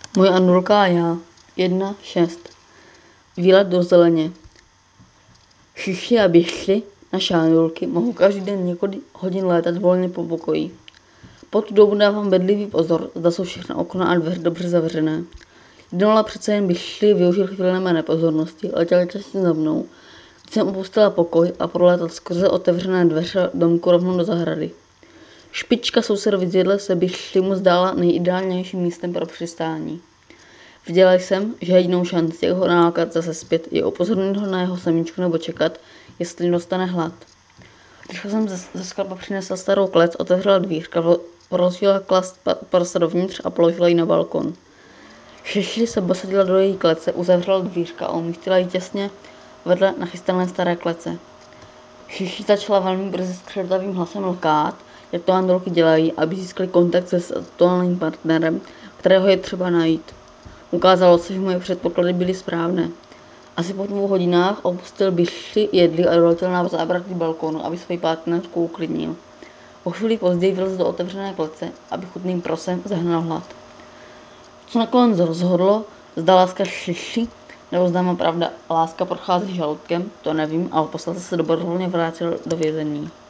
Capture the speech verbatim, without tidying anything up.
Moje Anulka a já. Jedna šest. Výlet do zeleně. Šiši a Bišli, naše Anulky, mohou každý den několik hodin létat volně po pokoji. Po tu dobu dávám bedlivý pozor, zda jsou všechna okna a dveře dobře zavřené. Jednou ale přece jen Bišli využil chvíli mé nepozornosti, letěl těsně za mnou, když jsem opustila pokoj a prolétal skrze otevřené dveře domku rovnou do zahrady. Špička sousedovy zjedle se Bišli mu zdála nejideálnějším místem pro přistání. Viděla jsem, že jedinou šanci, jak ho nalákat zase zpět, je upozornit ho na jeho semíčku nebo čekat, jestli dostane hlad. Když jsem ze sklepa přinesla starou klec, otevřela dvířka, rozvíjela klast prsa dovnitř a položila ji na balkon. Šiši se posadila do její klece, uzavřela dvířka a umístila ji těsně vedle nachystané staré klece. Šiši začala velmi brzy skřetavým hlasem lkát, jak to Anulky dělají, aby získali kontakt se aktuálním partnerem, kterého je třeba najít. Ukázalo se, že moje předpoklady byly správné. Asi po dvou hodinách opustil Bišli jedli a doletěl na zábradlí balkónu, aby svoji partnerku uklidnil. O chvíli později vylez do otevřené klece, aby chutným prosem zahnal hlad. Co nakonec rozhodlo, zda láska Šiši, nebo zda má pravda láska prochází žaludkem, to nevím, ale posledně se dobrovolně vrátil do vězení.